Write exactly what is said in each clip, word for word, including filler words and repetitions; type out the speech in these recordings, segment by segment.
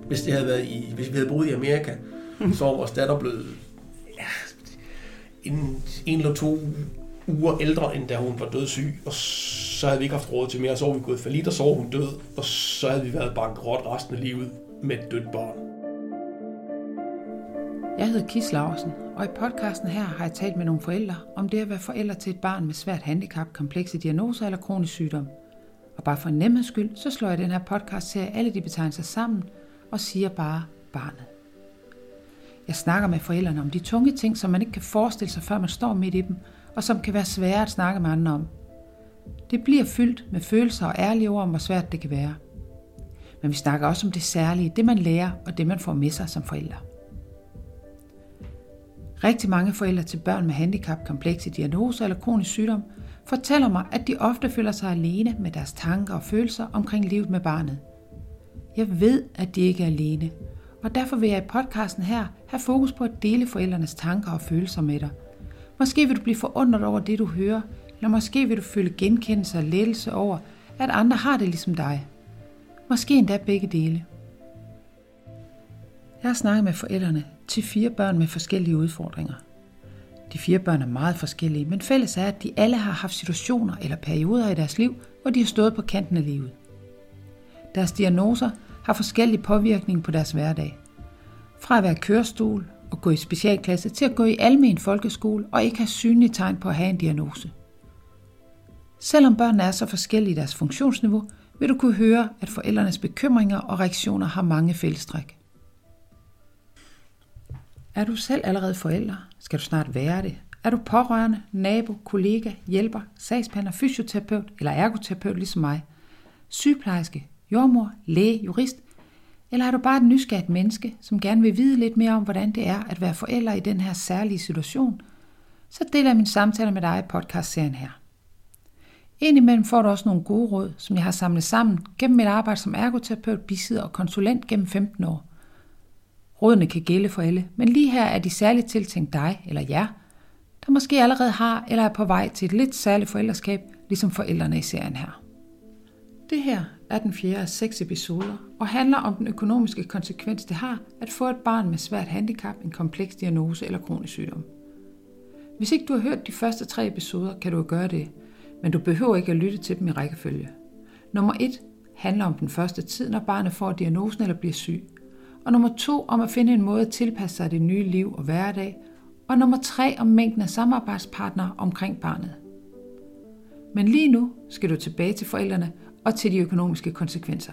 Hvis det havde været i, hvis vi havde boet i Amerika, så var vores datter blevet ja, en, en eller to uger ældre, end da hun var dødssyg, og så havde vi ikke haft råd til mere, og så var vi gået fallit, og så var hun død, og så havde vi været bankerot resten af livet med et dødt barn. Jeg hedder Kis Laursen, og i podcasten her har jeg talt med nogle forældre om det at være forældre til et barn med svært handicap, komplekse diagnoser eller kronisk sygdom. Og bare for en nemheds skyld, så slår jeg den her podcast til alle de betegnelser sammen og siger bare barnet. Jeg snakker med forældrene om de tunge ting, som man ikke kan forestille sig, før man står midt i dem, og som kan være svære at snakke med andre om. Det bliver fyldt med følelser og ærlige ord om, hvor svært det kan være. Men vi snakker også om det særlige, det man lærer og det man får med sig som forældre. Rigtig mange forældre til børn med handicap, komplekse diagnoser eller kronisk sygdom fortæller mig, at de ofte føler sig alene med deres tanker og følelser omkring livet med barnet. Jeg ved, at de ikke er alene, og derfor vil jeg i podcasten her have fokus på at dele forældrenes tanker og følelser med dig. Måske vil du blive forundret over det, du hører, eller måske vil du føle genkendelse og lettelse over, at andre har det ligesom dig. Måske endda begge dele. Jeg har snakket med forældrene til fire børn med forskellige udfordringer. De fire børn er meget forskellige, men fælles er, at de alle har haft situationer eller perioder i deres liv, hvor de har stået på kanten af livet. Deres diagnoser har forskellig påvirkning på deres hverdag. Fra at være i kørestol og gå i specialklasse til at gå i almen folkeskole og ikke have synlige tegn på at have en diagnose. Selvom børnene er så forskellige i deres funktionsniveau, vil du kunne høre, at forældrenes bekymringer og reaktioner har mange fællestræk. Er du selv allerede forælder? Skal du snart være det? Er du pårørende, nabo, kollega, hjælper, sagsbehandler, fysioterapeut eller ergoterapeut ligesom mig? Sygeplejerske, jordmor, læge, jurist? Eller er du bare et nysgerrigt menneske, som gerne vil vide lidt mere om, hvordan det er at være forælder i den her særlige situation? Så deler jeg min samtale med dig i podcastserien her. Indimellem får du også nogle gode råd, som jeg har samlet sammen gennem mit arbejde som ergoterapeut, bisidder og konsulent gennem femten år. Rådene kan gælde for alle, men lige her er de særligt tiltænkt dig eller jer, der måske allerede har eller er på vej til et lidt særligt forældreskab, ligesom forældrene i serien her. Det her er den fjerde af seks episoder og handler om den økonomiske konsekvens, det har at få et barn med svært handicap, en kompleks diagnose eller kronisk sygdom. Hvis ikke du har hørt de første tre episoder, kan du gøre det, men du behøver ikke at lytte til dem i rækkefølge. Nummer et handler om den første tid, når barnet får diagnosen eller bliver syg. Og nummer to om at finde en måde at tilpasse sig det nye liv og hverdag. Og nummer tre om mængden af samarbejdspartnere omkring barnet. Men lige nu skal du tilbage til forældrene og til de økonomiske konsekvenser.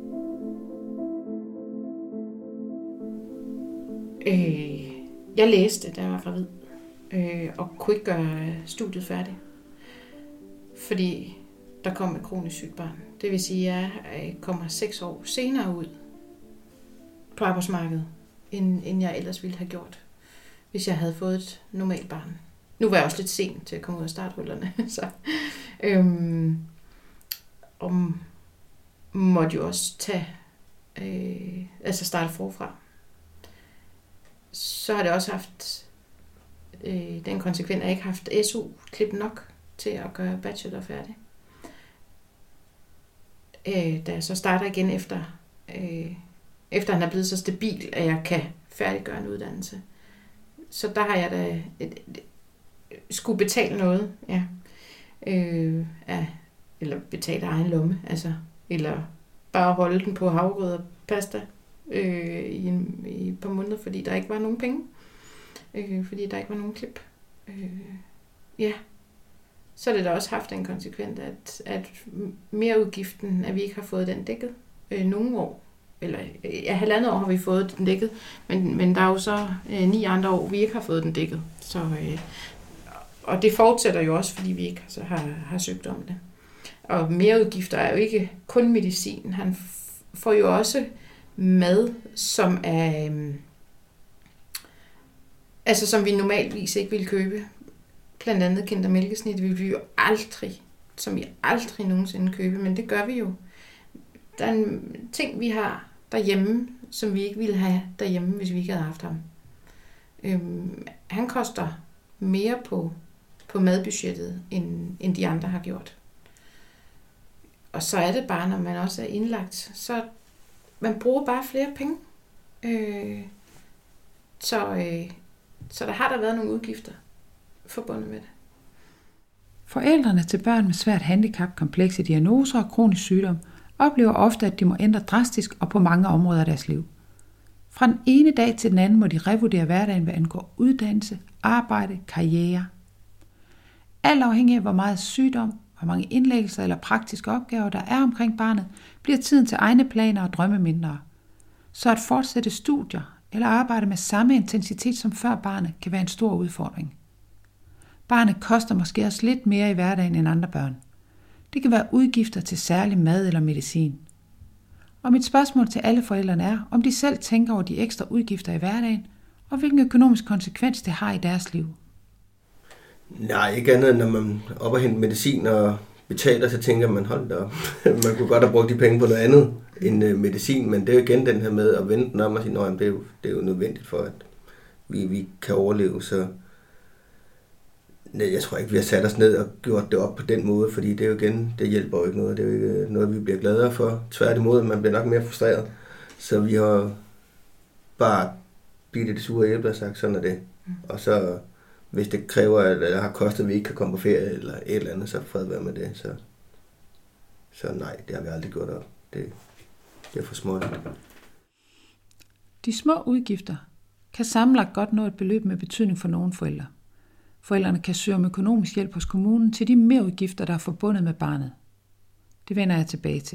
Øh, jeg læste, da jeg var gravid, øh, og kunne ikke gøre studiet færdigt. Fordi der kom et kronisk sygt barn. Det vil sige, at jeg kommer seks år senere ud på arbejdsmarkedet, end, end jeg ellers ville have gjort, hvis jeg havde fået et normalt barn. Nu var jeg også lidt sent til at komme ud af starthullerne, så øhm, og måtte jo også tage, øh, altså starte forfra. Så har det også haft øh, den konsekvens, at jeg ikke har haft S U-klip nok til at gøre bachelor færdig. Øh, da jeg så starter igen efter, øh, efter han er blevet så stabil, at jeg kan færdiggøre en uddannelse. Så der har jeg da et, et, et, skulle betale noget, ja. Øh, ja, eller betale egen lomme, altså, eller bare holde den på havregrød og pasta øh, i, en, i et par måneder, fordi der ikke var nogen penge, øh, fordi der ikke var nogen klip. Øh, ja. Så har det da også haft en konsekvens, at, at merudgiften, at vi ikke har fået den dækket øh, nogle år. Eller ja, halvandet år har vi fået den dækket, men, men der er jo så øh, ni andre år, vi ikke har fået den dækket. Så, øh, og det fortsætter jo også, fordi vi ikke så har, har søgt om det. Og merudgifter er jo ikke kun medicin. Han f- får jo også mad, som er, øh, altså som vi normalvis ikke ville købe. Blandt andet Kind- og Mælkesnit vil vi jo aldrig, som vi aldrig nogensinde købe, men det gør vi jo. Der er en ting, vi har derhjemme, som vi ikke ville have derhjemme, hvis vi ikke havde haft ham. Øhm, han koster mere på, på madbudgettet, end, end de andre har gjort. Og så er det bare, når man også er indlagt, så man bruger bare flere penge. Øh, så, øh, så der har der været nogle udgifter forbundet med det. Forældrene til børn med svært handicap, komplekse diagnoser og kronisk sygdom oplever ofte, at de må ændre drastisk og på mange områder af deres liv. Fra den ene dag til den anden må de revurdere hverdagen, hvad angår uddannelse, arbejde, karriere. Alt afhængig af, hvor meget sygdom, hvor mange indlæggelser eller praktiske opgaver, der er omkring barnet, bliver tiden til egne planer og drømme mindre. Så at fortsætte studier eller arbejde med samme intensitet som før barnet kan være en stor udfordring. Barnet koster måske også lidt mere i hverdagen end andre børn. Det kan være udgifter til særlig mad eller medicin. Og mit spørgsmål til alle forældrene er, om de selv tænker over de ekstra udgifter i hverdagen, og hvilken økonomisk konsekvens det har i deres liv. Nej, ikke andet, når man op og henter medicin og betaler, så tænker man, hold da op. Man kunne godt have brugt de penge på noget andet end medicin, men det er jo igen den her med at vente den om og sige, at det er jo, det er jo nødvendigt for, at vi, vi kan overleve. Så nej, jeg tror ikke, vi har sat os ned og gjort det op på den måde, fordi det er jo igen, det hjælper jo ikke noget. Det er jo ikke noget, vi bliver gladere for. Tværtimod, man bliver nok mere frustreret. Så vi har bare bidt det sure æble og sagt, sådan er det. Og så hvis det kræver, eller har kostet, at vi ikke kan komme på ferie eller et eller andet, så fred være med det. Så, så nej, det har vi aldrig gjort op. Det, det er for småt. De små udgifter kan sammenlagt godt nå et beløb med betydning for nogle forældre. Forældrene kan søge om økonomisk hjælp hos kommunen til de merudgifter, der er forbundet med barnet. Det vender jeg tilbage til.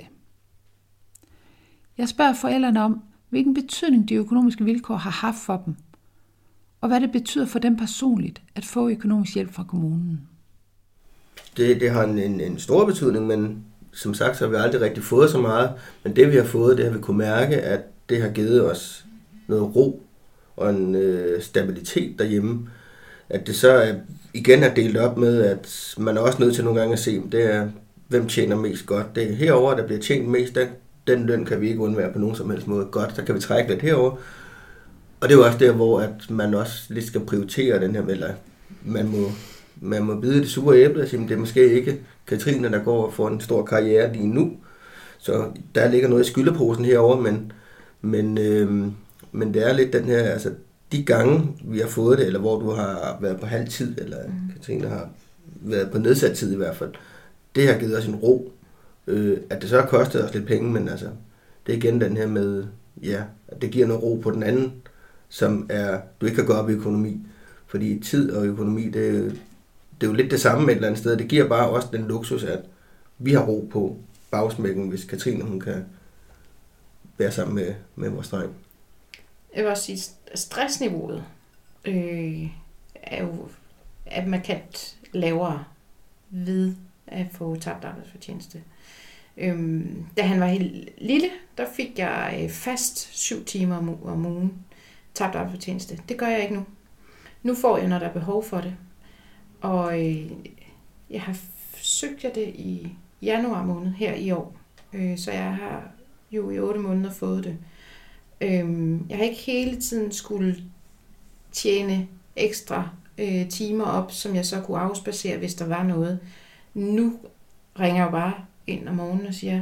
Jeg spørger forældrene om, hvilken betydning de økonomiske vilkår har haft for dem, og hvad det betyder for dem personligt at få økonomisk hjælp fra kommunen. Det, det har en, en, en stor betydning, men som sagt, så har vi aldrig rigtig fået så meget. Men det vi har fået, det har vi kunne mærke, at det har givet os noget ro og en øh, stabilitet derhjemme. At det så igen er delt op med, at man er også nødt til nogle gange at se, det er, hvem tjener mest godt. Det er herover der bliver tjent mest, den, den løn kan vi ikke undvære på nogen som helst måde. Godt, så kan vi trække lidt herover. Og det er jo også der, hvor at man også lidt skal prioritere den her, eller man må, man må bide det sure æble og sige, det er måske ikke Katrine, der går for en stor karriere lige nu. Så der ligger noget i skyldeposen herover, men, men, øh, men det er lidt den her, altså de gange, vi har fået det, eller hvor du har været på halv tid, eller mm. Katrine har været på nedsat tid i hvert fald, det har givet os en ro. Øh, at det så har kostet os lidt penge, men altså, det er igen den her med, ja, at det giver noget ro på den anden, som er, du ikke kan gå op i økonomi. Fordi tid og økonomi, det er, det er jo lidt det samme et eller andet sted. Det giver bare også den luksus, at vi har ro på bagsmækken, hvis Katrine hun kan være sammen med, med vores dreng. Jeg vil også sige, at stressniveauet øh, er jo er markant lavere ved at få tabt arbejdsfortjeneste. Øhm, da han var helt lille, der fik jeg fast syv timer om, om ugen tabt arbejdsfortjeneste. Det gør jeg ikke nu. Nu får jeg, når der er behov for det. Og øh, jeg har søgt jeg det i januar måned her i år. Øh, så jeg har jo i otte måneder fået det. Øh, jeg har ikke hele tiden skulle tjene ekstra øh, timer op, som jeg så kunne afspacere, hvis der var noget. Nu ringer jeg bare ind om morgenen og siger,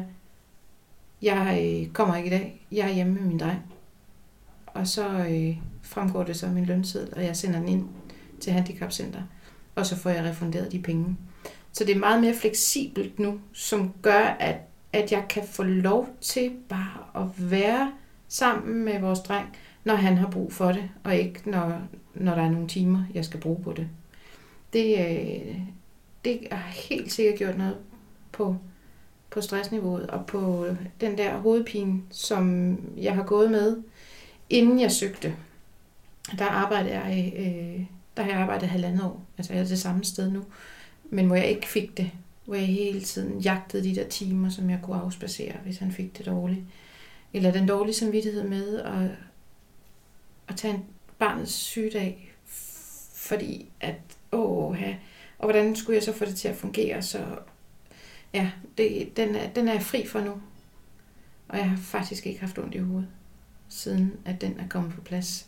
jeg øh, kommer ikke i dag, jeg er hjemme med min dreng. Og så øh, fremgår det så min lønseddel, og jeg sender den ind til handicapcenter, og så får jeg refunderet de penge. Så det er meget mere fleksibelt nu, som gør, at, at jeg kan få lov til bare at være sammen med vores dreng, når han har brug for det, og ikke når, når der er nogle timer, jeg skal bruge på det. Det, øh, det har helt sikkert gjort noget på, på stressniveauet, og på den der hovedpine, som jeg har gået med, inden jeg søgte. Der arbejdede jeg, øh, der har jeg arbejdet halvandet år, altså jeg er det samme sted nu, men hvor jeg ikke fik det, hvor jeg hele tiden jagtede de der timer, som jeg kunne afspacere, hvis han fik det dårligt. Eller den dårlige samvittighed med at, at tage en barnets sygedag, fordi at, åh, og hvordan skulle jeg så få det til at fungere, så ja, det, den, er, den er jeg fri for nu. Og jeg har faktisk ikke haft ondt i hovedet, siden at den er kommet på plads.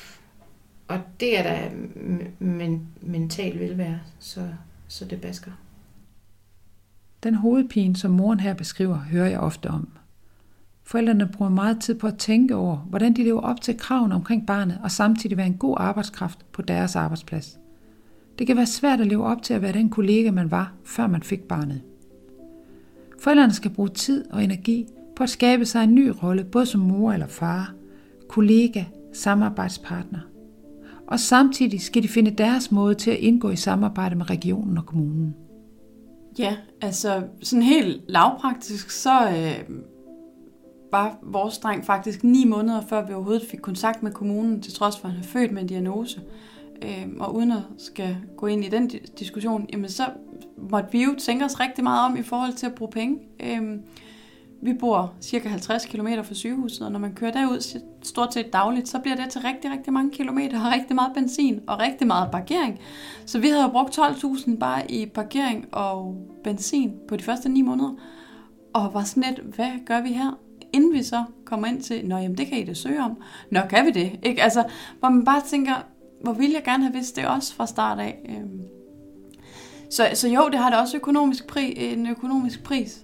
Og det er da men, mental velvære, så, så det basker. Den hovedpine, som moren her beskriver, hører jeg ofte om. Forældrene bruger meget tid på at tænke over, hvordan de lever op til kravene omkring barnet, og samtidig være en god arbejdskraft på deres arbejdsplads. Det kan være svært at leve op til at være den kollega, man var, før man fik barnet. Forældrene skal bruge tid og energi på at skabe sig en ny rolle, både som mor eller far, kollega, samarbejdspartner. Og samtidig skal de finde deres måde til at indgå i samarbejde med regionen og kommunen. Ja, altså sådan helt lavpraktisk, så øh, var vores dreng faktisk ni måneder før vi overhovedet fik kontakt med kommunen, til trods for at han er født med en diagnose. Øh, og uden at skal gå ind i den diskussion, jamen så måtte vi jo tænke os rigtig meget om i forhold til at bruge penge. Øh, vi bor cirka halvtreds kilometer fra sygehuset, og når man kører derud stort set dagligt, så bliver det til rigtig, rigtig mange kilometer, og rigtig meget benzin og rigtig meget parkering. Så vi havde brugt tolv tusind bare i parkering og benzin på de første ni måneder, og var sådan lidt, hvad gør vi her? Inden vi så kommer ind til, nå jamen det kan I da søge om. Nå kan vi det? Ikke? Altså, hvor man bare tænker, hvor ville jeg gerne have vidst det også fra start af. Så, så jo, det har da også økonomisk pri, en økonomisk pris.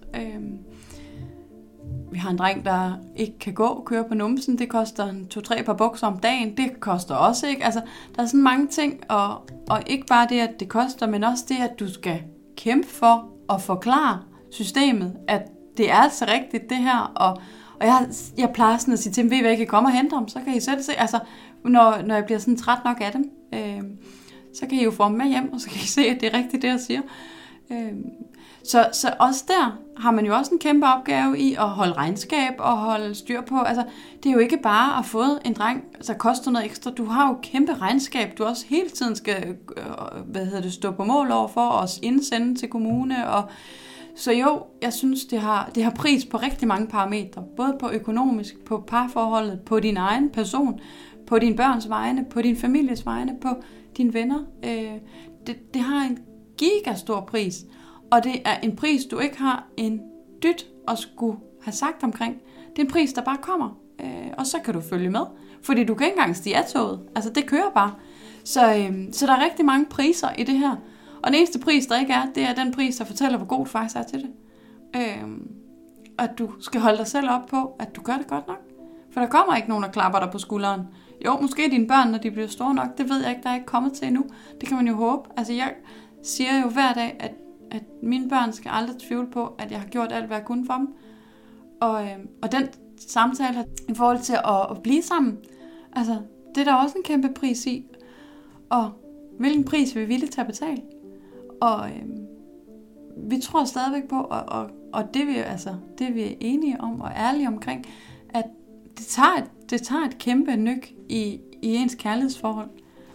Vi har en dreng, der ikke kan gå og køre på numsen. Det koster en to-tre par bukser om dagen. Det koster også, ikke? Altså, der er sådan mange ting, og, og ikke bare det, at det koster, men også det, at du skal kæmpe for at forklare systemet, at det er altså rigtigt, det her. Og, og jeg, jeg plejer sådan at sige til dem, ved I hvad, I kan komme og hente dem, så kan I selv se. Altså, når, når jeg bliver sådan træt nok af dem, øh, så kan I jo få dem med hjem, og så kan I se, at det er rigtigt, det jeg siger. Øh, Så, så også der har man jo også en kæmpe opgave i at holde regnskab og holde styr på. Altså, det er jo ikke bare at få en dreng, der koster noget ekstra. Du har jo kæmpe regnskab, du også hele tiden skal hvad hedder det, stå på mål over for os indsende til kommune. Og så jo, jeg synes, det har, det har pris på rigtig mange parametre. Både på økonomisk, på parforholdet, på din egen person, på din børns vegne, på din families vegne, på dine venner. Det, det har en gigastor pris. Og det er en pris, du ikke har en dyt at skulle have sagt omkring. Det er en pris, der bare kommer. Øh, og så kan du følge med. Fordi du kan ikke engang stige af toget. Altså, det kører bare. Så, øh, så der er rigtig mange priser i det her. Og den eneste pris, der ikke er, det er den pris, der fortæller, hvor god du faktisk er til det. Øh, at du skal holde dig selv op på, at du gør det godt nok. For der kommer ikke nogen, der klapper dig på skulderen. Jo, måske dine børn, når de bliver store nok. Det ved jeg ikke, der er ikke kommet til endnu. Det kan man jo håbe. Altså, jeg siger jo hver dag, at at mine børn skal aldrig tvivle på, at jeg har gjort alt, hvad jeg kunne for dem. Og, øh, og den samtale i forhold til at, at blive sammen, altså, det er der også en kæmpe pris i. Og hvilken pris vi er villige til at betale. Og øh, vi tror stadigvæk på, og, og, og det, vi, altså, det vi er enige om og ærlige omkring, at det tager et, det tager et kæmpe nyk i, i ens kærlighedsforhold.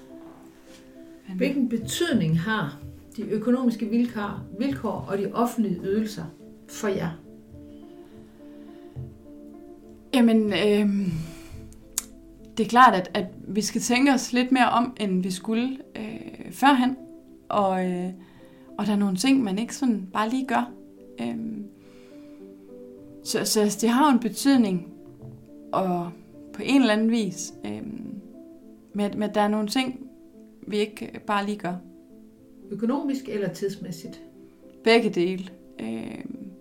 Men, hvilken betydning har de økonomiske vilkår, vilkår og de offentlige ydelser for jer? Jamen, øh, det er klart, at, at vi skal tænke os lidt mere om, end vi skulle øh, førhen. Og, øh, og der er nogle ting, man ikke sådan bare lige gør. Øh, så, så det har jo en betydning, og på en eller anden vis, øh, med, med at der er nogle ting, vi ikke bare lige gør. Økonomisk eller tidsmæssigt? Begge dele. Øh,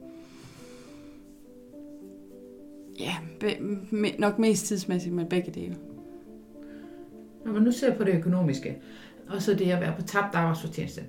ja, be, me, nok mest tidsmæssigt, men begge dele. Når man nu ser på det økonomiske, og så det at være på tabt arbejdsfortjeneste.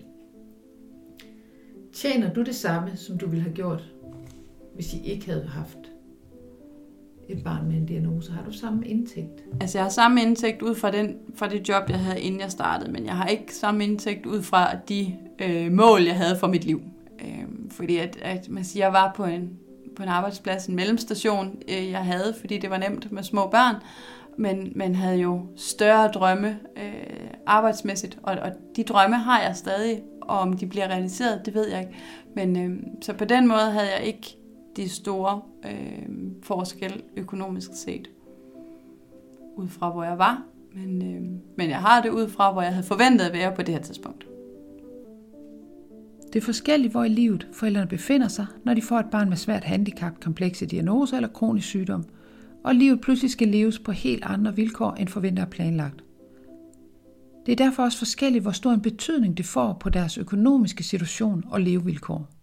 Tjener du det samme, som du ville have gjort, hvis I ikke havde haft et barn med en diagnose? Har du samme indtægt? Altså, jeg har samme indtægt ud fra, den, fra det job, jeg havde, inden jeg startede, men jeg har ikke samme indtægt ud fra de øh, mål, jeg havde for mit liv. Øh, fordi at, at man siger, jeg var på en, på en arbejdsplads, en mellemstation, øh, jeg havde, fordi det var nemt med små børn, men man havde jo større drømme øh, arbejdsmæssigt, og, og de drømme har jeg stadig, og om de bliver realiseret, det ved jeg ikke. Men øh, så på den måde havde jeg ikke de store øh, forskel økonomisk set ud fra, hvor jeg var. Men, øh, men jeg har det ud fra, hvor jeg havde forventet at være på det her tidspunkt. Det er forskelligt, hvor i livet forældrene befinder sig, når de får et barn med svært handicap, komplekse diagnoser eller kronisk sygdom, og livet pludselig skal leves på helt andre vilkår end forventet og planlagt. Det er derfor også forskelligt, hvor stor en betydning det får på deres økonomiske situation og levevilkår.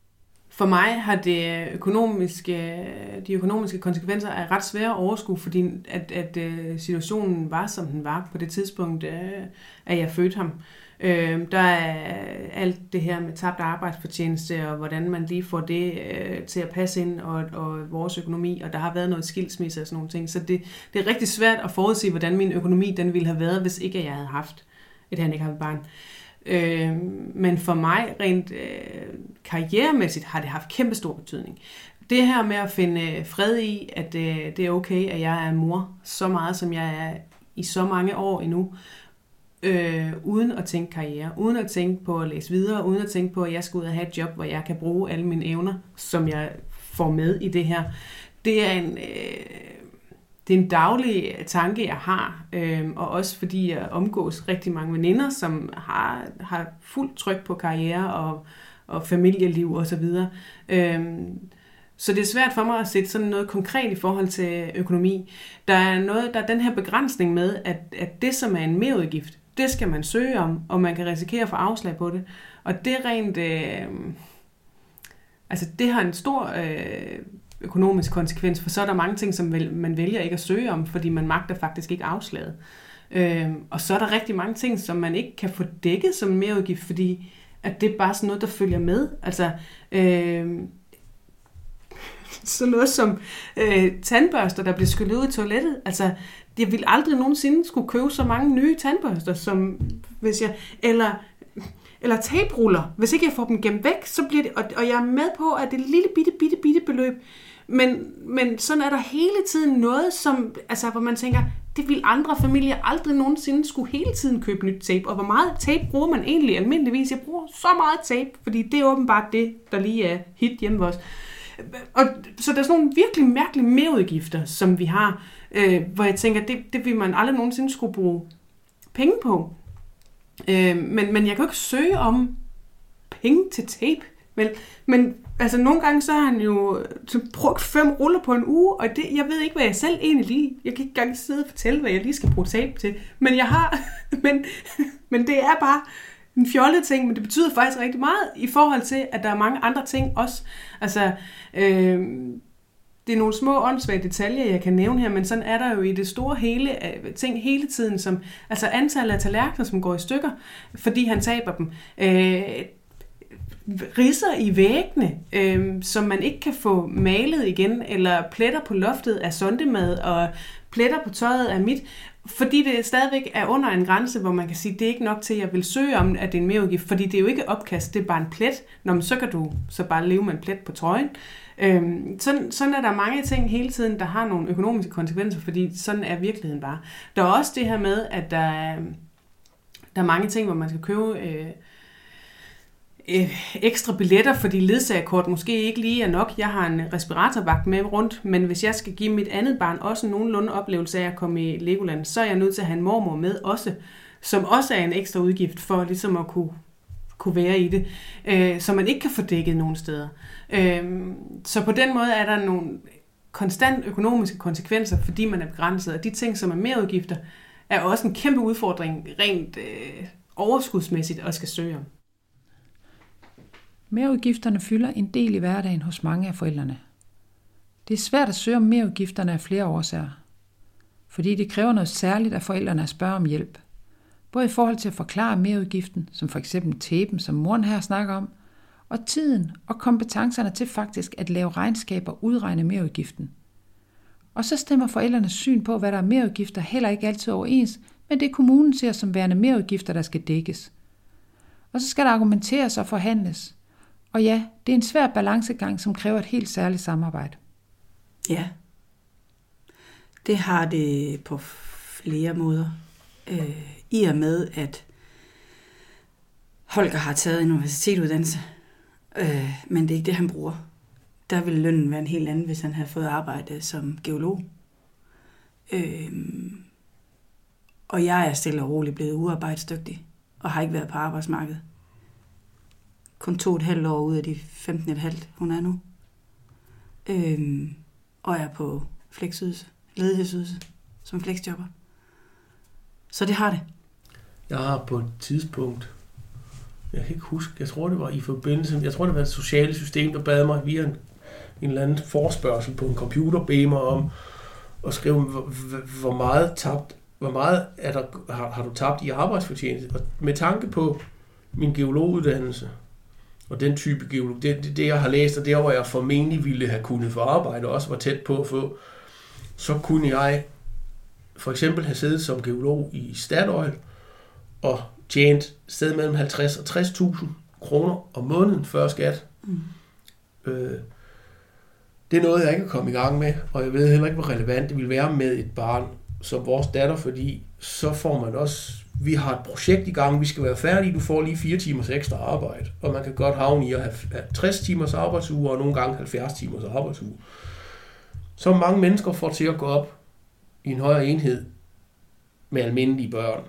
For mig har det økonomiske, de økonomiske konsekvenser er ret svære at overskue, fordi at, at situationen var, som den var på det tidspunkt, at jeg fødte ham. Der er alt det her med tabt arbejdsfortjeneste, og hvordan man lige får det til at passe ind, og, og vores økonomi, og der har været noget skilsmisse og sådan nogle ting. Så det, det er rigtig svært at forudse, hvordan min økonomi den ville have været, hvis ikke jeg havde haft et handicapet barn. Øh, men for mig rent øh, karrieremæssigt har det haft kæmpe stor betydning. Det her med at finde fred i, at øh, det er okay, at jeg er mor så meget, som jeg er i så mange år endnu, øh, uden at tænke karriere, uden at tænke på at læse videre, uden at tænke på, at jeg skal ud og have et job, hvor jeg kan bruge alle mine evner, som jeg får med i det her. Det er en... Øh, Det er en daglig tanke, jeg har, øhm, og også fordi jeg omgås rigtig mange veninder, som har, har fuldt tryk på karriere og, og familieliv og så videre. Øhm, så det er svært for mig at sætte sådan noget konkret i forhold til økonomi. Der er, noget, der er den her begrænsning med, at, at det, som er en merudgift, det skal man søge om, og man kan risikere at få afslag på det. Og det er rent... Øh, altså, det har en stor... Øh, økonomisk konsekvens, for så er der mange ting, som man vælger ikke at søge om, fordi man magter faktisk ikke afslaget. Øhm, og så er der rigtig mange ting, som man ikke kan få dækket som merudgift, fordi at det er bare sådan noget, der følger med. Altså, øhm, sådan noget som øh, tandbørster, der bliver skyllet ud i toilettet. Altså, jeg vil aldrig nogensinde skulle købe så mange nye tandbørster, som hvis jeg... Eller... Eller taperuller. Hvis ikke jeg får dem gemt væk, så bliver det... Og, og jeg er med på, at det er et lille bitte, bitte, bitte beløb. Men, men sådan er der hele tiden noget, som, altså, hvor man tænker, det vil andre familier aldrig nogensinde skulle hele tiden købe nyt tape. Og hvor meget tape bruger man egentlig almindeligvis? Jeg bruger så meget tape, fordi det er åbenbart det, der lige er hit hjemme hos os. Og, så der er sådan nogle virkelig mærkelige merudgifter, som vi har, øh, hvor jeg tænker, det, det vil man aldrig nogensinde skulle bruge penge på. Øh, men, men jeg kan jo ikke søge om penge til tape. Vel? Men altså, nogle gange så har han jo brugt fem ruller på en uge, og det, jeg ved ikke, hvad jeg selv egentlig lige... Jeg kan ikke engang sidde og fortælle, hvad jeg lige skal bruge tape til. Men jeg har... men, men det er bare en fjollet ting, men det betyder faktisk rigtig meget i forhold til, at der er mange andre ting også. Altså... Øh, Det er nogle små åndssvage detaljer, jeg kan nævne her, men sådan er der jo i det store hele ting hele tiden, som altså antallet af tallerkener, som går i stykker, fordi han taber dem. Øh, ridser i væggene, øh, som man ikke kan få malet igen, eller pletter på loftet af sondemad, og pletter på tøjet af mit, fordi det stadigvæk er under en grænse, hvor man kan sige, det er ikke nok til, at jeg vil søge om, at det er en merudgift, fordi det er jo ikke opkast, det er bare en plet. Nå, men så kan du så bare leve med en plet på trøjen. Øhm, sådan, sådan er der mange ting hele tiden, der har nogle økonomiske konsekvenser, fordi sådan er virkeligheden bare. Der er også det her med, at der er, der er mange ting, hvor man skal købe øh, øh, ekstra billetter, fordi ledsagerkort måske ikke lige er nok. Jeg har en respiratorvagt med rundt, men hvis jeg skal give mit andet barn også nogenlunde oplevelse af at komme i Legoland, så er jeg nødt til at have en mormor med også, som også er en ekstra udgift for ligesom at kunne kunne være i det, øh, så man ikke kan få dækket nogen steder. Øh, så på den måde er der nogle konstant økonomiske konsekvenser, fordi man er begrænset, og de ting, som er merudgifter, er også en kæmpe udfordring rent øh, overskudsmæssigt at skal søge om. Merudgifterne fylder en del i hverdagen hos mange af forældrene. Det er svært at søge om merudgifterne af flere årsager, fordi det kræver noget særligt af forældrene at spørge om hjælp. Både i forhold til at forklare merudgiften, som for eksempel tæben, som moren her snakker om, og tiden og kompetencerne til faktisk at lave regnskaber og udregne merudgiften. Og så stemmer forældrenes syn på, hvad der er merudgifter, heller ikke altid overens, men det kommunen ser som værende merudgifter, der skal dækkes. Og så skal der argumenteres og forhandles. Og ja, det er en svær balancegang, som kræver et helt særligt samarbejde. Ja, det har det på flere måder. Øh, I og med, at Holger har taget en universitetsuddannelse, øh, men det er ikke det, han bruger. Der ville lønnen være en helt anden, hvis han havde fået arbejde som geolog. Øh, og jeg er stille og roligt blevet uarbejdsdygtig, og har ikke været på arbejdsmarkedet. Kun to og et halvt år ud af de femten og et halvt, hun er nu. Øh, og er på fleksydelse, ledighedsydelse, som fleksjobber. Så det har det. Jeg har på et tidspunkt jeg kan ikke huske, jeg tror det var i forbindelse, jeg tror det var det sociale system, der bad mig via en, en eller anden forespørgsel på en computer, bede mig om at skrive, hvor, hvor meget tabt, hvor meget er der, har, har du tabt i arbejdsfortjeneste. Og med tanke på min geologuddannelse, og den type geolog, det, det, det jeg har læst, og der hvor jeg formentlig ville have kunnet få arbejde, og også var tæt på at få, så kunne jeg for eksempel have siddet som geolog i Statoil, og tjent sted mellem halvtreds og tres tusind kroner om måneden før skat. Mm. Øh, det er noget, jeg ikke er kommet i gang med, og jeg ved heller ikke, hvor relevant det vil være med et barn som vores datter, fordi så får man også, vi har et projekt i gang, vi skal være færdige, du får lige fire timers ekstra arbejde, og man kan godt havne i at have tres timers arbejdsuge, og nogle gange halvfjerds timers arbejdsuge. Så mange mennesker får til at gå op i en højere enhed med almindelige børn.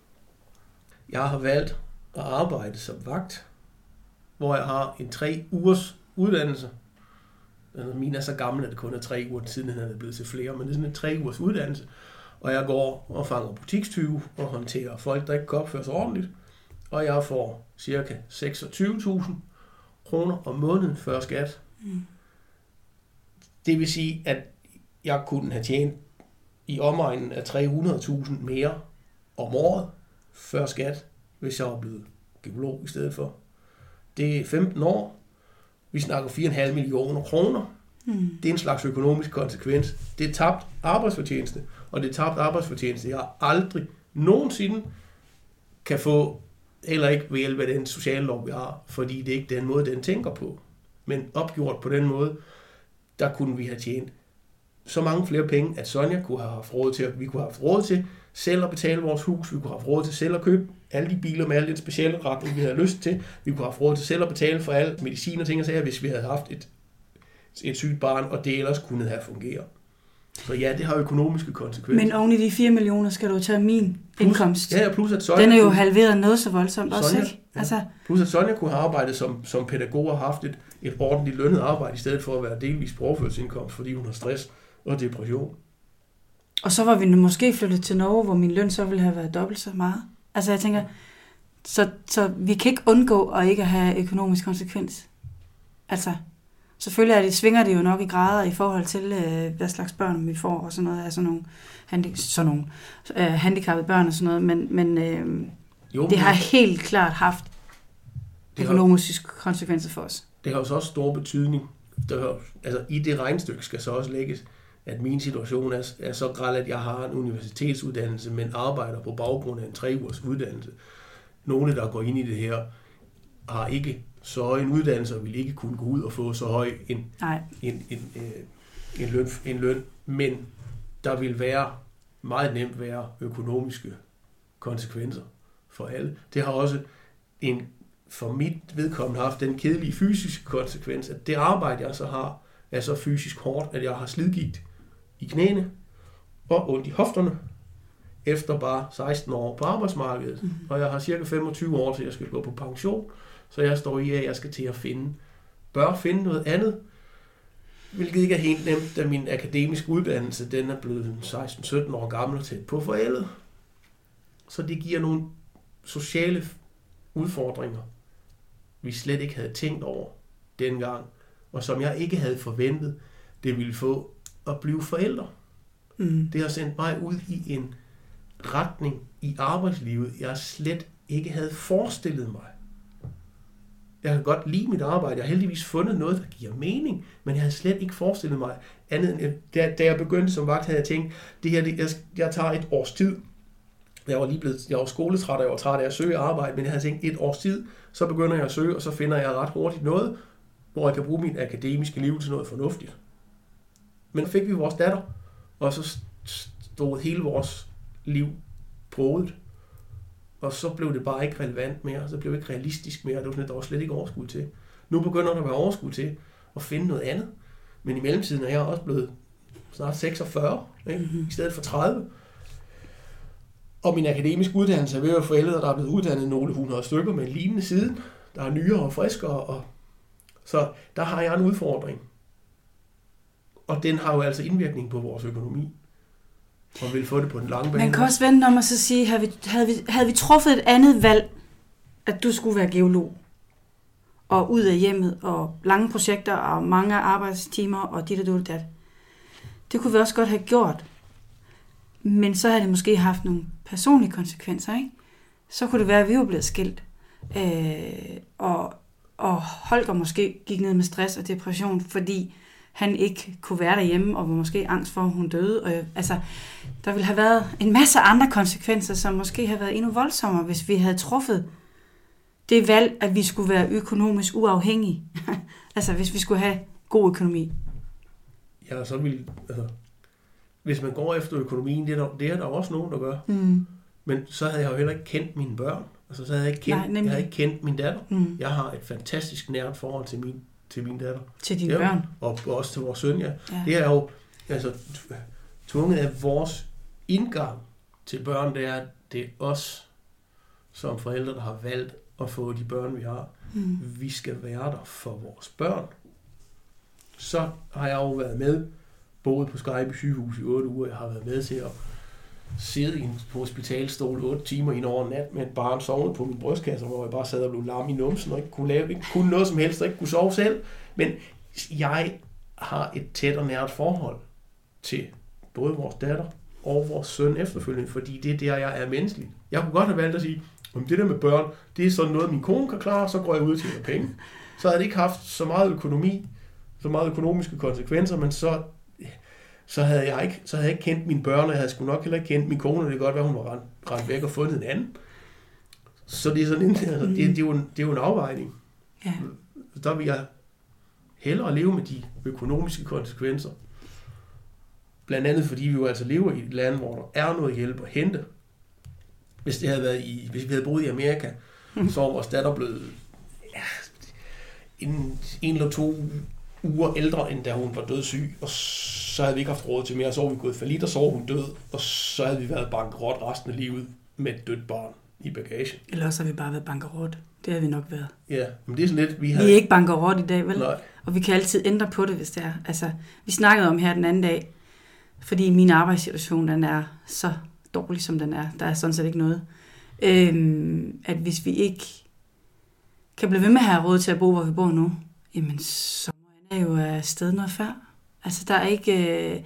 Jeg har valgt at arbejde som vagt, hvor jeg har en tre ugers uddannelse. Min er så gammel, at det kun er tre uger siden, han er blevet til flere, men det er sådan en tre ugers uddannelse. Og jeg går og fanger butikstyve og håndterer folk, der ikke kan opføre sig ordentligt. Og jeg får cirka seksogtyve tusind kroner om måneden før skat. Mm. Det vil sige, at jeg kunne have tjent i omegnen af tre hundrede tusind mere om året før skat, hvis jeg var blevet geolog i stedet for. Det er femten år. Vi snakker fire komma fem millioner kroner. Mm. Det er en slags økonomisk konsekvens. Det er tabt arbejdsfortjeneste, og det er tabt arbejdsfortjeneste, jeg aldrig nogensinde kan få, heller ikke ved hjælp af den sociale lov, vi har, fordi det er ikke den måde, den tænker på. Men opgjort på den måde, der kunne vi have tjent så mange flere penge, at Sonja kunne have haft råd til, at vi kunne have haft råd til selv at betale vores hus, vi kunne have haft råd til selv at købe alle de biler med alle den specielle retning, vi havde lyst til, vi kunne have haft råd til selv at betale for al medicin og ting og sager, hvis vi havde haft et, et sygt barn, og det ellers kunne have fungeret. Så ja, det har økonomiske konsekvenser. Men oven i de fire millioner skal du tage min plus, indkomst. Ja, plus at Sonja... Den er jo halveret noget så voldsomt Sonja, også, ikke? Ja. Altså. Plus at Sonja kunne have arbejdet som, som pædagog og haft et, et ordentligt lønnet arbejde, i stedet for at være delvis på overførselsindkomst, fordi hun har stress og depression. Og så var vi måske flyttet til Norge, hvor min løn så ville have været dobbelt så meget. Altså jeg tænker, så, så vi kan ikke undgå at ikke have økonomisk konsekvens. Altså, selvfølgelig er det, svinger det jo nok i grader i forhold til, øh, hvad slags børn vi får, og sådan noget, altså nogle, handi- sådan nogle øh, handicappede børn og sådan noget, men, men øh, jo, det har helt klart haft økonomiske har, konsekvenser for os. Det har jo så også stor betydning. Der, altså i det regnestykke skal så også lægges, at min situation er, er så grel, at jeg har en universitetsuddannelse, men arbejder på baggrund af en tre ugers uddannelse. Nogle, der går ind i det her, har ikke så høj en uddannelse, og vil ikke kunne gå ud og få så høj en, en, en, en, en, løn, en løn. Men der vil være meget nemt være økonomiske konsekvenser for alle. Det har også en, for mit vedkommende haft den kedelige fysiske konsekvens, at det arbejde, jeg så har, er så fysisk hårdt, at jeg har slidgigt i knæene og ondt i hofterne efter bare seksten år på arbejdsmarkedet. Mm. Og jeg har cirka femogtyve år til, jeg skal gå på pension, så jeg står i, at jeg skal til at finde, bør finde noget andet, hvilket ikke er helt nemt, da min akademiske uddannelse, den er blevet seksten sytten år gammel og tæt på forældet. Så det giver nogle sociale udfordringer, vi slet ikke havde tænkt over dengang, og som jeg ikke havde forventet, det ville få at blive forældre. Mm. Det har sendt mig ud i en retning i arbejdslivet, jeg slet ikke havde forestillet mig. Jeg kan godt lide mit arbejde, jeg har heldigvis fundet noget, der giver mening, men jeg havde slet ikke forestillet mig andet end, da, da jeg begyndte som vagt, havde jeg tænkt, det her, det, jeg, jeg tager et års tid. Jeg var lige blevet, jeg var skoletræt, og jeg var træt af at søge arbejde, men jeg havde tænkt, et års tid, så begynder jeg at søge, og så finder jeg ret hurtigt noget, hvor jeg kan bruge mit akademiske liv til noget fornuftigt. Men fik vi vores datter, og så stod hele vores liv brodet. Og så blev det bare ikke relevant mere, så blev det ikke realistisk mere, det var sådan, at der var slet ikke overskud til. Nu begynder der at være overskud til at finde noget andet. Men i mellemtiden er jeg også blevet snart seksogfyrre, ikke? Mm-hmm. I stedet for tredive. Og min akademiske uddannelse er ved at forældet, og der er blevet uddannet nogle hundrede stykker med en lignende siden. Der er nyere og friskere, og så der har jeg en udfordring. Og den har jo altså indvirkning på vores økonomi. Og vil få det på den lange bane. Man kan også vende om og så sige, havde vi, havde vi, havde vi truffet et andet valg, at du skulle være geolog, og ud af hjemmet, og lange projekter, og mange arbejdstimer, og dit og dat, dat. Det kunne vi også godt have gjort. Men så havde det måske haft nogle personlige konsekvenser, ikke? Så kunne det være, at vi var blevet skilt. Øh, og, og Holger måske gik ned med stress og depression, fordi han ikke kunne være derhjemme, og var måske angst for, at hun døde. Og, altså, der ville have været en masse andre konsekvenser, som måske havde været endnu voldsommere, hvis vi havde truffet det valg, at vi skulle være økonomisk uafhængige. Altså, hvis vi skulle have god økonomi. Ja, så vil, altså, hvis man går efter økonomien, det er der, det er der også nogen, der gør. Mm. Men så havde jeg jo heller ikke kendt mine børn. Altså, så havde jeg ikke kendt, Nej, jeg havde ikke kendt min datter. Mm. Jeg har et fantastisk nært forhold til min, til min datter. Til dine ja, børn. Og også til vores søn, ja. ja. Det er jo altså, tvunget af vores indgang til børn, det er, at det er os som forældre, der har valgt at få de børn, vi har. Mm. Vi skal være der for vores børn. Så har jeg jo været med, boet på Skype sygehus i otte uger. Jeg har været med til at sidde i en, på hospitalstol otte timer i en over nat med et barn sovnet på min brystkasse, hvor jeg bare sad og blev lam i numsen og ikke kunne lave, ikke kunne noget som helst og ikke kunne sove selv. Men jeg har et tæt og nært forhold til både vores datter og vores søn efterfølgende, fordi det er der, jeg er menneskelig. Jeg kunne godt have valgt at sige, om det der med børn, det er sådan noget, min kone kan klare, så går jeg ud til at penge. Så havde det ikke haft så meget økonomi, så meget økonomiske konsekvenser, men så, så, havde jeg ikke, så havde jeg ikke kendt mine børn, og jeg havde sgu nok heller ikke kendt min kone, og det kan godt være, hun var rent, rent væk og fundet en anden. Så det er sådan en, altså, det, det, er jo en, det er jo en afvejning. Ja. Der vil jeg hellere leve med de økonomiske konsekvenser. Blandt andet fordi vi jo altså lever i et land, hvor der er noget hjælp at hente. Hvis det havde været i, hvis vi havde boet i Amerika, så var vores datter blevet ja, en, en eller to uger ældre, end da hun var dødssyg, og så havde vi ikke haft råd til mere, så var vi gået fallit, og så var hun død, og så havde vi været bankerot resten af livet med et dødt barn i bagagen. Eller også har vi bare været bankerot. Det har vi nok været. Ja, men det er sådan lidt, vi havde... Vi er ikke bankerot i dag, vel? Nej. Og vi kan altid ændre på det, hvis det er. Altså, vi snakkede om her den anden dag, fordi min arbejdssituation, den er så dårlig, som den er. Der er sådan set ikke noget. Øhm, at hvis vi ikke kan blive ved med at have råd til at bo, hvor vi bor nu, jamen så må jeg jo afsted noget før. Altså, der er ikke... Øh,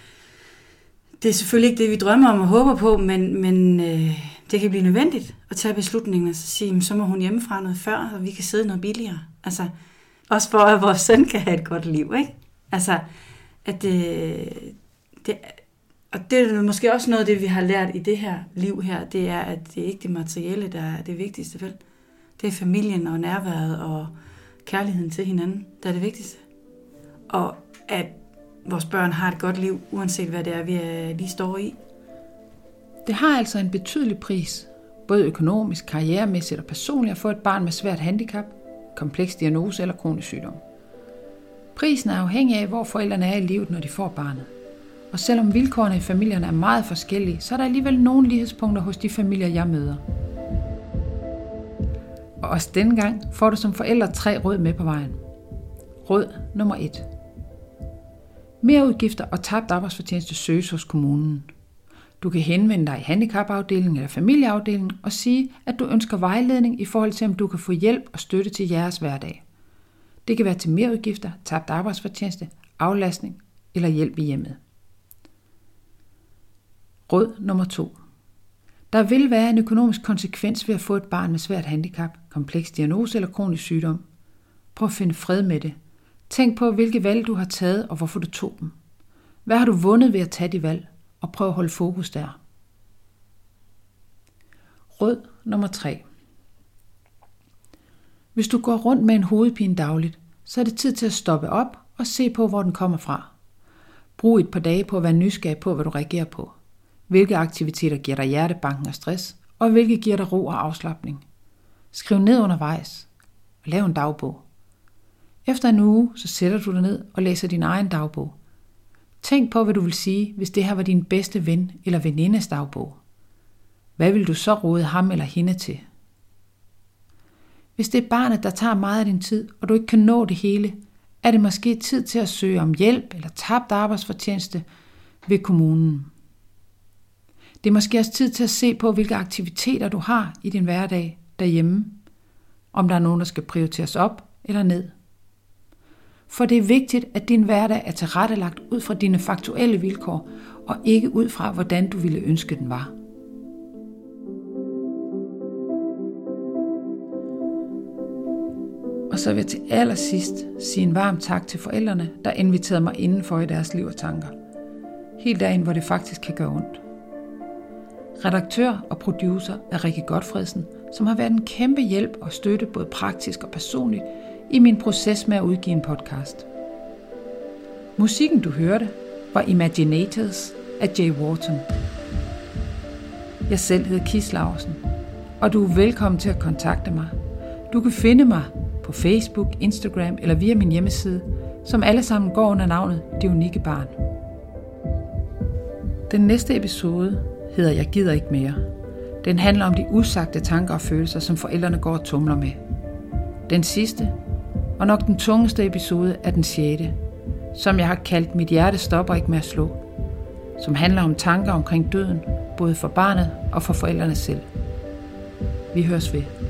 det er selvfølgelig ikke det, vi drømmer om og håber på, men, men øh, det kan blive nødvendigt at tage beslutningen og så sige, jamen, så må hun hjemmefra noget før, og vi kan sidde noget billigere. Altså, også for, at vores søn kan have et godt liv, ikke? Altså, at øh, det... Og det er måske også noget af det, vi har lært i det her liv her, det er, at det er ikke det materielle, der er det vigtigste, vel? Det er familien og nærværet og kærligheden til hinanden, der er det vigtigste. Og at vores børn har et godt liv, uanset hvad det er, vi lige står i. Det har altså en betydelig pris, både økonomisk, karrieremæssigt og personligt, at få et barn med svært handicap, kompleks diagnose eller kronisk sygdom. Prisen er afhængig af, hvor forældrene er i livet, når de får barnet. Og selvom vilkårene i familierne er meget forskellige, så er der alligevel nogle lighedspunkter hos de familier, jeg møder. Og også denne gang får du som forældre tre råd med på vejen. Råd nummer et. Merudgifter og tabt arbejdsfortjeneste søges hos kommunen. Du kan henvende dig i handicapafdelingen eller familieafdelingen og sige, at du ønsker vejledning i forhold til, om du kan få hjælp og støtte til jeres hverdag. Det kan være til merudgifter, tabt arbejdsfortjeneste, aflastning eller hjælp i hjemmet. Råd nummer to. Der vil være en økonomisk konsekvens ved at få et barn med svært handicap, kompleks diagnose eller kronisk sygdom. Prøv at finde fred med det. Tænk på, hvilke valg du har taget og hvorfor du tog dem. Hvad har du vundet ved at tage de valg? Og prøv at holde fokus der. Råd nummer tre. Hvis du går rundt med en hovedpine dagligt, så er det tid til at stoppe op og se på, hvor den kommer fra. Brug et par dage på at være nysgerrig på, hvad du reagerer på. Hvilke aktiviteter giver dig hjertebanken og stress, og hvilke giver dig ro og afslapning. Skriv ned undervejs, og lav en dagbog. Efter en uge, så sætter du dig ned og læser din egen dagbog. Tænk på, hvad du vil sige, hvis det her var din bedste ven eller venindes dagbog. Hvad vil du så råde ham eller hende til? Hvis det er barnet, der tager meget af din tid, og du ikke kan nå det hele, er det måske tid til at søge om hjælp eller tabt arbejdsfortjeneste ved kommunen. Det er måske også tid til at se på, hvilke aktiviteter du har i din hverdag derhjemme. om der er nogen, der skal prioriteres op eller ned. For det er vigtigt, at din hverdag er tilrettelagt ud fra dine faktuelle vilkår, og ikke ud fra, hvordan du ville ønske, den var. Og så vil jeg til allersidst sige en varm tak til forældrene, der inviterede mig indenfor i deres liv og tanker. Helt derind, hvor det faktisk kan gøre ondt. Redaktør og producer er Rikke Godfredsen, som har været en kæmpe hjælp og støtte både praktisk og personligt i min proces med at udgive en podcast. Musikken du hørte var Imaginators af Jay Wharton. Jeg selv hedder Kis Laursen, og du er velkommen til at kontakte mig. Du kan finde mig på Facebook, Instagram eller via min hjemmeside, som alle sammen går under navnet Det Unikke Barn. Den næste episode hedder Jeg gider ikke mere. Den handler om de usagte tanker og følelser, som forældrene går og tumler med. Den sidste, og nok den tungeste episode, er den sjette, som jeg har kaldt Mit hjerte stopper ikke med at slå, som handler om tanker omkring døden, både for barnet og for forældrene selv. Vi høres ved.